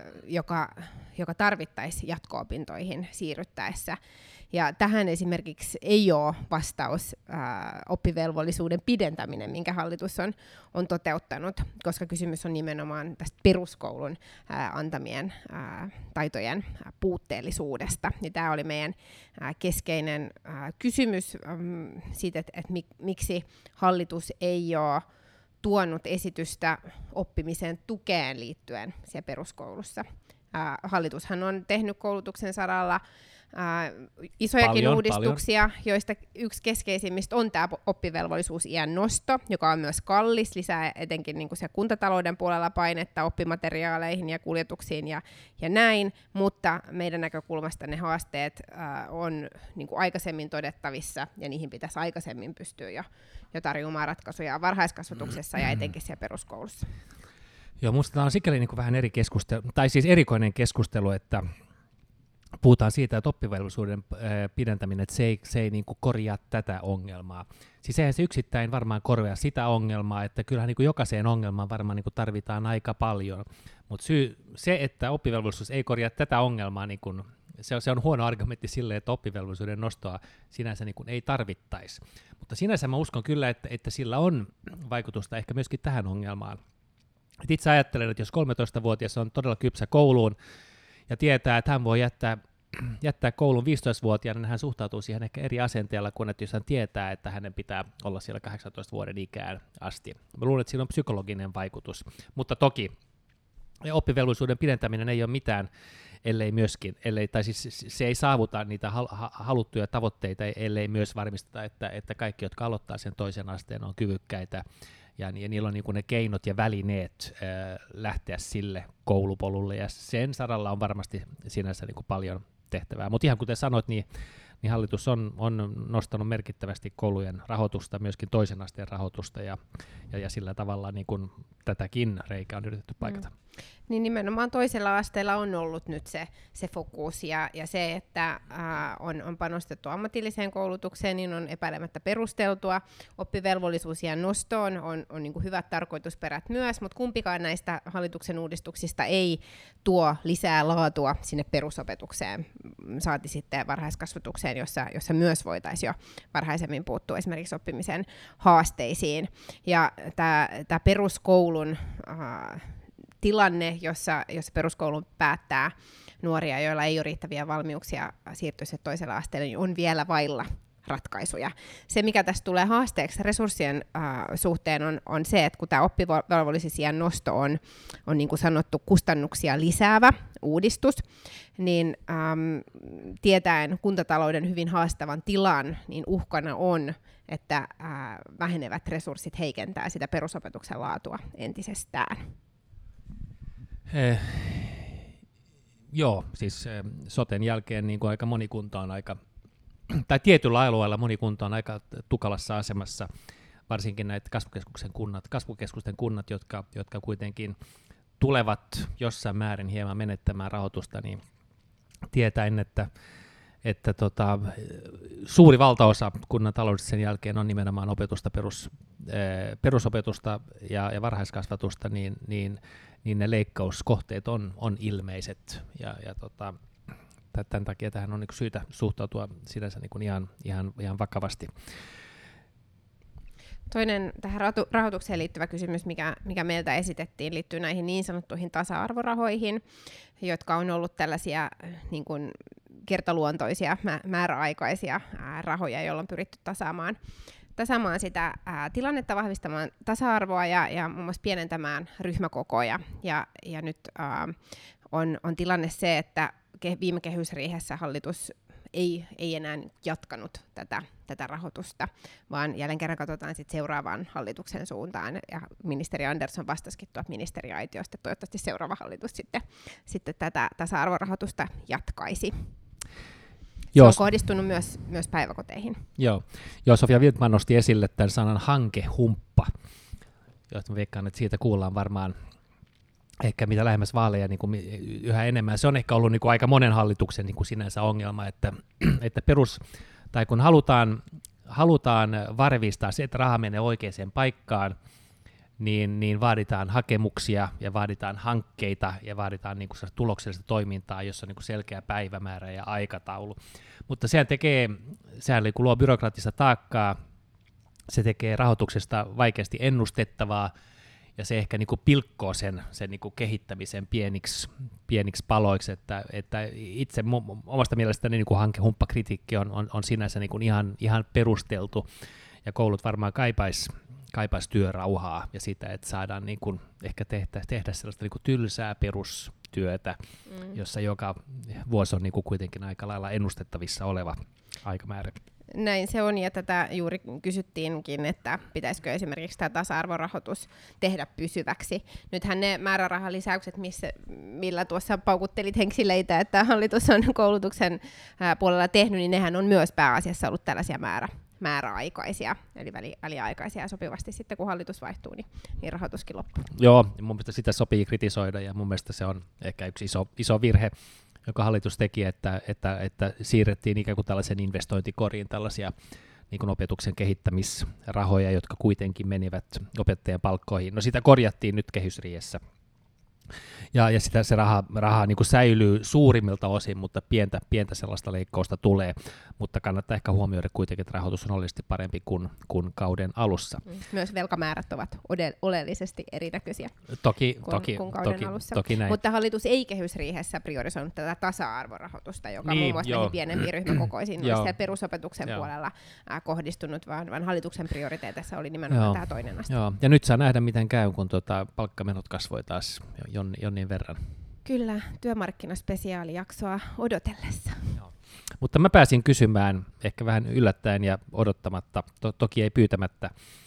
joka, joka tarvittaisiin jatko-opintoihin siirryttäessä. Ja tähän esimerkiksi ei ole vastaus ää, oppivelvollisuuden pidentäminen, minkä hallitus on, on toteuttanut, koska kysymys on nimenomaan tästä peruskoulun ää, antamien ää, taitojen ää, puutteellisuudesta. Ja tämä oli meidän ää, keskeinen ää, kysymys äm, siitä, että et mik, miksi hallitus ei ole tuonut esitystä oppimisen tukeen liittyen siellä peruskoulussa. Ää, hallitushan on tehnyt koulutuksen saralla Uh, isojakin paljon, uudistuksia, paljon. Joista yksi keskeisimmistä on tämä oppivelvollisuusiän nosto, joka on myös kallis, lisää etenkin niin kuin se kuntatalouden puolella painetta oppimateriaaleihin ja kuljetuksiin ja, ja näin, mutta meidän näkökulmasta ne haasteet uh, on niin kuin aikaisemmin todettavissa, ja niihin pitäisi aikaisemmin pystyä jo, jo tarjoamaan ratkaisuja varhaiskasvatuksessa ja etenkin siellä peruskoulussa. Joo, minusta tämä on sikäli niin kuin vähän eri keskustelu, tai siis erikoinen keskustelu, että puhutaan siitä, että oppivelvollisuuden pidentäminen, että se ei, se ei niin kuin korjaa tätä ongelmaa. Siis eihän se yksittäin varmaan korjaa sitä ongelmaa, että kyllähän niin kuin jokaiseen ongelmaan varmaan niin kuin tarvitaan aika paljon. Mutta se, että oppivelvollisuus ei korjaa tätä ongelmaa, niin kuin, se, on, se on huono argumentti sille, että oppivelvollisuuden nostoa sinänsä niin kuin ei tarvittaisi. Mutta sinänsä mä uskon kyllä, että, että sillä on vaikutusta ehkä myöskin tähän ongelmaan. Et itse ajattelen, että jos kolmetoistavuotias on todella kypsä kouluun ja tietää, että hän voi jättää, jättää koulun viisitoistavuotiaana, niin hän suhtautuu siihen ehkä eri asenteella kuin, että jos hän tietää, että hänen pitää olla siellä kahdeksantoista vuoden ikään asti. Mä luulen, että siinä on psykologinen vaikutus, mutta toki oppivelvollisuuden pidentäminen ei ole mitään, ellei myöskin, ellei, tai siis se ei saavuta niitä haluttuja tavoitteita, ellei myös varmisteta, että, että kaikki, jotka aloittaa sen toisen asteen, on kyvykkäitä, ja, ja niillä on niin kuin ne keinot ja välineet ää, lähteä sille koulupolulle, ja sen saralla on varmasti sinänsä niin kuin paljon tehtävää. Mutta ihan kuten sanoit, niin, niin hallitus on, on nostanut merkittävästi koulujen rahoitusta, myöskin toisen asteen rahoitusta, ja, ja, ja sillä tavalla niin kuin tätäkin reikää on yritetty paikata. Mm. Niin nimenomaan toisella asteella on ollut nyt se, se fokus ja, ja se, että ää, on, on panostettu ammatilliseen koulutukseen, niin on epäilemättä perusteltua. Oppivelvollisuusiän nostoon on, on niin kuin hyvät tarkoitusperät myös, mutta kumpikaan näistä hallituksen uudistuksista ei tuo lisää laatua sinne perusopetukseen, saati sitten varhaiskasvatukseen, jossa, jossa myös voitaisiin jo varhaisemmin puuttua esimerkiksi oppimisen haasteisiin. Ja tämä peruskoulun ää, tilanne, jossa, jossa peruskoulun päättää nuoria, joilla ei ole riittäviä valmiuksia siirtyä toiselle asteelle, niin on vielä vailla ratkaisuja. Se, mikä tässä tulee haasteeksi resurssien äh, suhteen, on, on se, että kun tämä oppivelvollisuusiän nosto on, on niin kuin sanottu kustannuksia lisäävä uudistus, niin ähm, tietäen kuntatalouden hyvin haastavan tilan, niin uhkana on, että äh, vähenevät resurssit heikentää sitä perusopetuksen laatua entisestään. Eh, joo, siis eh, soten jälkeen niin kuin aika moni kunta on aika, tai tietyllä alueella moni kunta on aika tukalassa asemassa, varsinkin näitä kasvukeskuksen kunnat, kasvukeskusten kunnat, jotka, jotka kuitenkin tulevat jossain määrin hieman menettämään rahoitusta, niin tietäen, että, että tota, suuri valtaosa kunnan taloudesta sen jälkeen on nimenomaan opetusta, perus, eh, perusopetusta ja, ja varhaiskasvatusta, niin, niin niin ne leikkauskohteet on, on ilmeiset, ja, ja tota, tämän takia tähän on niin syytä suhtautua sinänsä niin ihan, ihan, ihan vakavasti. Toinen tähän rahoitukseen liittyvä kysymys, mikä, mikä meiltä esitettiin, liittyy näihin niin sanottuihin tasa-arvorahoihin, jotka on ollut tällaisia niin kuin kertaluontoisia, määräaikaisia ää, rahoja, joilla on pyritty tasaamaan tasaamaan sitä ää, tilannetta, vahvistamaan tasa-arvoa ja, ja muun muassa pienentämään ryhmäkokoja. Ja, ja nyt ää, on, on tilanne se, että ke, viime kehysriihessä hallitus ei, ei enää jatkanut tätä, tätä rahoitusta, vaan jälleen kerran katsotaan sit seuraavaan hallituksen suuntaan. Ja ministeri Andersson vastasikin tuolta ministeriaitiosta, että toivottavasti seuraava hallitus sitten, sitten tätä tasa-arvorahoitusta jatkaisi. Se Joo. on kohdistunut myös, myös päiväkoteihin. Joo. Joo, Sofia Wiltman nosti esille tämän sanan hankehumppa, josta veikkaan, että siitä kuullaan varmaan ehkä mitä lähemmäs vaaleja niin kuin yhä enemmän. Se on ehkä ollut niin kuin aika monen hallituksen niin kuin sinänsä ongelma, että, että perus, tai kun halutaan, halutaan varmistaa se, että raha menee oikeaan paikkaan, Niin, niin vaaditaan hakemuksia ja vaaditaan hankkeita ja vaaditaan niin kuin tuloksellista toimintaa, jossa on niin kuin selkeä päivämäärä ja aikataulu. Mutta sehän tekee, sehän niin kuin luo byrokraattista taakkaa, se tekee rahoituksesta vaikeasti ennustettavaa ja se ehkä niin kuin pilkkoo sen, sen niin kuin kehittämisen pieniksi, pieniksi paloiksi, että, että itse omasta mielestäni niin kuin hankehumppakritiikki on, on, on sinänsä niin kuin ihan, ihan perusteltu ja koulut varmaan kaipaisi kaipaisi työrauhaa ja sitä, että saadaan niin kuin ehkä tehdä, tehdä sellaista niin kuin tylsää perustyötä, mm. jossa joka vuosi on niin kuin kuitenkin aika lailla ennustettavissa oleva aikamäärä. Näin se on, ja tätä juuri kysyttiinkin, että pitäisikö esimerkiksi tämä tasa-arvorahoitus tehdä pysyväksi. Nythän ne määrärahalisäykset, missä, millä tuossa paukuttelit henksileitä, että hallitus on koulutuksen puolella tehnyt, niin nehän on myös pääasiassa ollut tällaisia määrä. määräaikaisia, eli väli, väliaikaisia, ja sopivasti sitten, kun hallitus vaihtuu, niin, niin rahoituskin loppuu. Joo, mun mielestä sitä sopii kritisoida, ja mun mielestä se on ehkä yksi iso, iso virhe, joka hallitus teki, että, että, että siirrettiin ikään kuin tällaisen investointikoriin tällaisia niin kuin opetuksen kehittämisrahoja, jotka kuitenkin menivät opettajien palkkoihin. No sitä korjattiin nyt kehysriihessä, Ja, ja sitä se raha, raha niin kuin säilyy suurimmilta osin, mutta pientä, pientä sellaista leikkausta tulee. Mutta kannattaa ehkä huomioida kuitenkin, että rahoitus on oleellisesti parempi kuin, kuin kauden alussa. Myös velkamäärät ovat oleellisesti erinäköisiä toki, kuin, toki, kuin kauden toki, alussa. Toki näin. Mutta hallitus ei kehysriihessä priorisoinut tätä tasa-arvorahoitusta, joka niin, muun muassa joo. pienempiin ryhmäkokoisiin olisi perusopetuksen joo. puolella äh, kohdistunut, vaan, vaan hallituksen prioriteetissa oli nimenomaan joo. tämä toinen aste. Joo. Ja nyt saa nähdä, miten käy, kun tuota, palkkamenot kasvoi taas jon, jonnin verran. Kyllä, työmarkkinaspesiaalijaksoa odotellessa. Joo. Mutta mä pääsin kysymään, ehkä vähän yllättäen ja odottamatta, to- toki ei pyytämättä,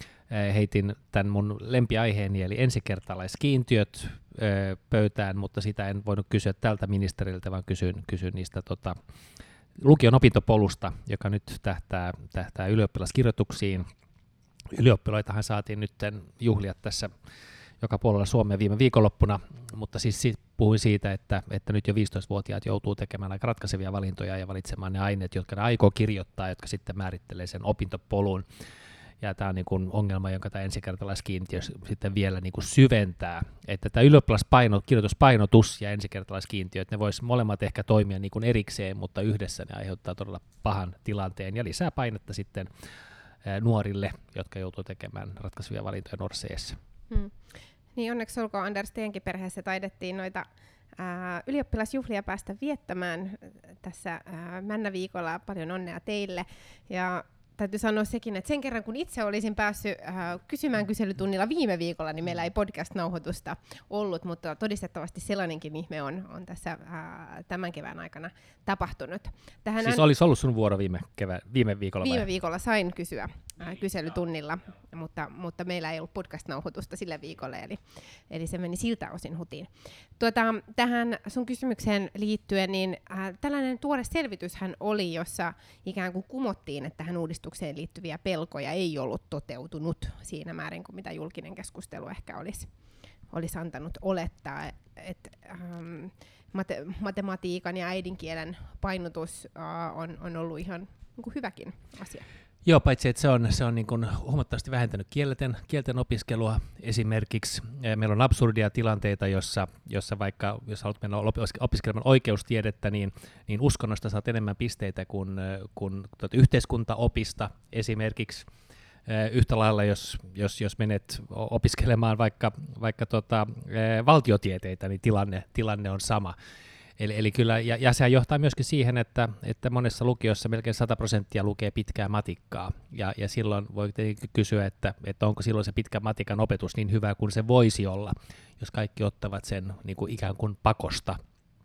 heitin tämän mun lempiaiheeni, eli ensikertalaiskiintiöt pöytään, mutta sitä en voinut kysyä tältä ministeriltä, vaan kysyn, kysyn niistä tota, lukion opintopolusta, joka nyt tähtää, tähtää ylioppilaskirjoituksiin. Ylioppilaitahan saatiin nyt juhlia tässä joka puolella Suomea viime viikonloppuna, mutta siis puhuin siitä, että, että nyt jo viisitoistavuotiaat joutuu tekemään aika ratkaisevia valintoja ja valitsemaan ne aineet, jotka ne aikoo kirjoittaa, jotka sitten määrittelee sen opintopolun. Ja tämä on niin kuin ongelma, jonka tämä ensikertalaiskiintiö sitten vielä niin kuin syventää, että tämä ylioppilaskirjoituspainotus ja ensikertalaiskiintiöt, ne vois molemmat ehkä toimia niin kuin erikseen, mutta yhdessä ne aiheuttaa todella pahan tilanteen ja lisää painetta sitten nuorille, jotka joutuu tekemään ratkaisevia valintoja Norseessa. Hmm. Niin onneksi olkoon Anders, teidänkin perheessä taidettiin noita ää, ylioppilasjuhlia päästä viettämään tässä ää, Männäviikolla. Paljon onnea teille. Ja täytyy sanoa sekin, että sen kerran kun itse olisin päässyt äh, kysymään kyselytunnilla viime viikolla, niin meillä ei podcast-nauhoitusta ollut, mutta todistettavasti sellainenkin ihme on, on tässä äh, tämän kevään aikana tapahtunut. Tähän siis an... olisi ollut sun vuoro viime, kevään, viime viikolla vai? Viime viikolla sain kysyä äh, kyselytunnilla, mutta, mutta meillä ei ollut podcast-nauhoitusta sillä viikolla, eli, eli se meni siltä osin hutiin. Tuota, tähän sun kysymykseen liittyen, niin äh, tällainen tuore selvityshän oli, jossa ikään kuin kumottiin, että tähän uudistukseen liittyviä pelkoja ei ollut toteutunut siinä määrin kuin mitä julkinen keskustelu ehkä olisi, olisi antanut olettaa. Et, ähm, mate- matematiikan ja äidinkielen painotus äh, on, on ollut ihan niin kuin hyväkin asia. Joo, paitsi että se on, se on niin kuin huomattavasti vähentänyt kielten, kielten opiskelua esimerkiksi. Meillä on absurdia tilanteita, jossa, jossa vaikka jos haluat mennä opiskelemaan oikeustiedettä, niin, niin uskonnosta saat enemmän pisteitä kuin, kuin tuota, yhteiskuntaopista esimerkiksi. Yhtä lailla, jos, jos, jos menet opiskelemaan vaikka, vaikka tota, valtiotieteitä, niin tilanne, tilanne on sama. Eli, eli kyllä, ja, ja se johtaa myöskin siihen, että, että monessa lukiossa melkein sata prosenttia lukee pitkää matikkaa, ja, ja silloin voi kysyä, että, että onko silloin se pitkä matikan opetus niin hyvä kuin se voisi olla, jos kaikki ottavat sen niin kuin ikään kuin pakosta,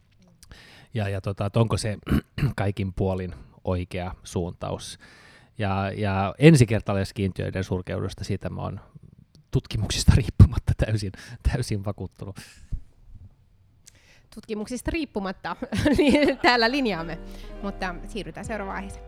ja, ja tota, että onko se kaikin puolin oikea suuntaus. Ja, ja ensikertalaiskiintiöiden surkeudesta, siitä mä oon tutkimuksista riippumatta täysin, täysin vakuuttunut. Tutkimuksista riippumatta niin täällä linjaamme, mutta siirrytään seuraavaan aiheeseen.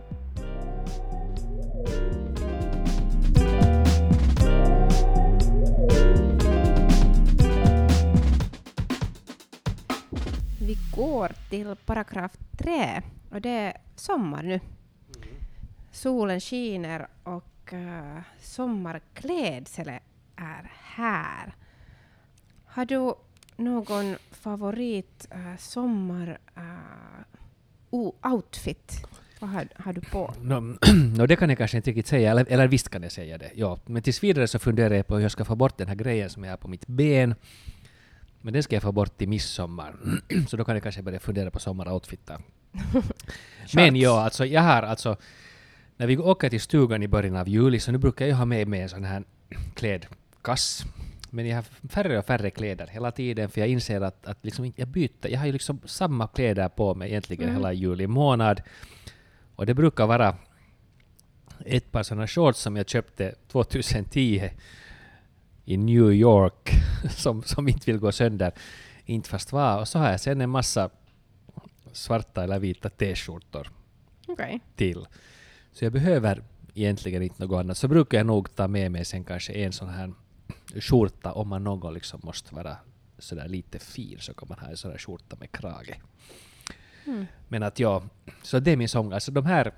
Vi går till paragraf tre och det är sommar nu. Solen skiner och uh, sommarklädsel är här. Har du någon favorit uh, sommar uh, outfit? Vad har, har du på? No, no det kan jag kanske inte riktigt säga, eller, eller visst kan jag säga det. Ja. Men tills vidare så funderar jag på hur jag ska få bort den här grejen som jag har på mitt ben. Men den ska jag få bort i midsommar. Så då kan jag kanske börja fundera på sommaroutfittar. Men ja, alltså jag har alltså när vi åker till stugan i början av juli så nu brukar jag ha med mig en sån här klädkass. Men jag har färre och färre kläder hela tiden för jag inser att, att liksom jag byter. Jag har ju liksom samma kläder på mig egentligen mm. hela juli månad. Och det brukar vara ett par sådana shorts som jag köpte tjugohundratio i New York som, som inte vill gå sönder, inte fast var. Och så har jag sen en massa svarta eller vita t-skjortor okay. till. Så jag behöver egentligen inte något annat. Så brukar jag nog ta med mig sen kanske en sån här skjorta om man någon liksom måste vara sådär lite fin så kan man ha en sån här skjorta med krage. Mm. Men att ja, så det är min sång. Alltså de här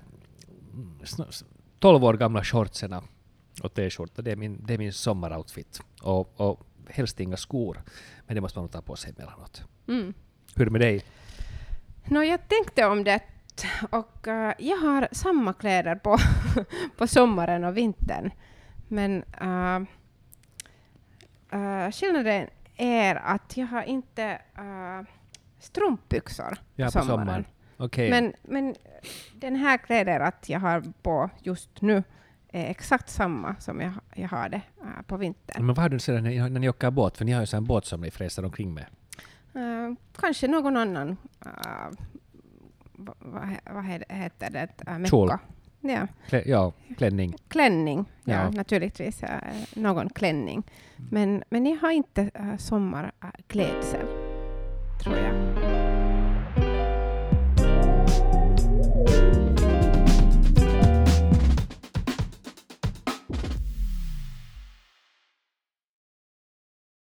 tolv år gamla shortserna och t-skjorta, det är min, det är min sommaroutfit. Och, och helst inga skor. Men det måste man nog ta på sig emellanåt. Mm. Hur är det med dig? No, jag tänkte om det och uh, jag har samma kläder på, på sommaren och vintern. Men uh, uh, skillnaden är att jag har inte uh, strumpbyxor ja, på sommaren. På sommaren. Okay. Men, men den här kläder att jag har på just nu är exakt samma som jag, jag har det uh, på vintern. Men vad har du sedan när, när ni åker båt? För ni har ju en båt som ni fräser omkring med. Uh, kanske någon annan, uh, vad, vad heter det? Uh, Kjol. Ja. Klä, ja, klänning. Klänning, ja, ja. naturligtvis uh, någon klänning. Men, men jag har inte uh, sommarklädsel, tror jag.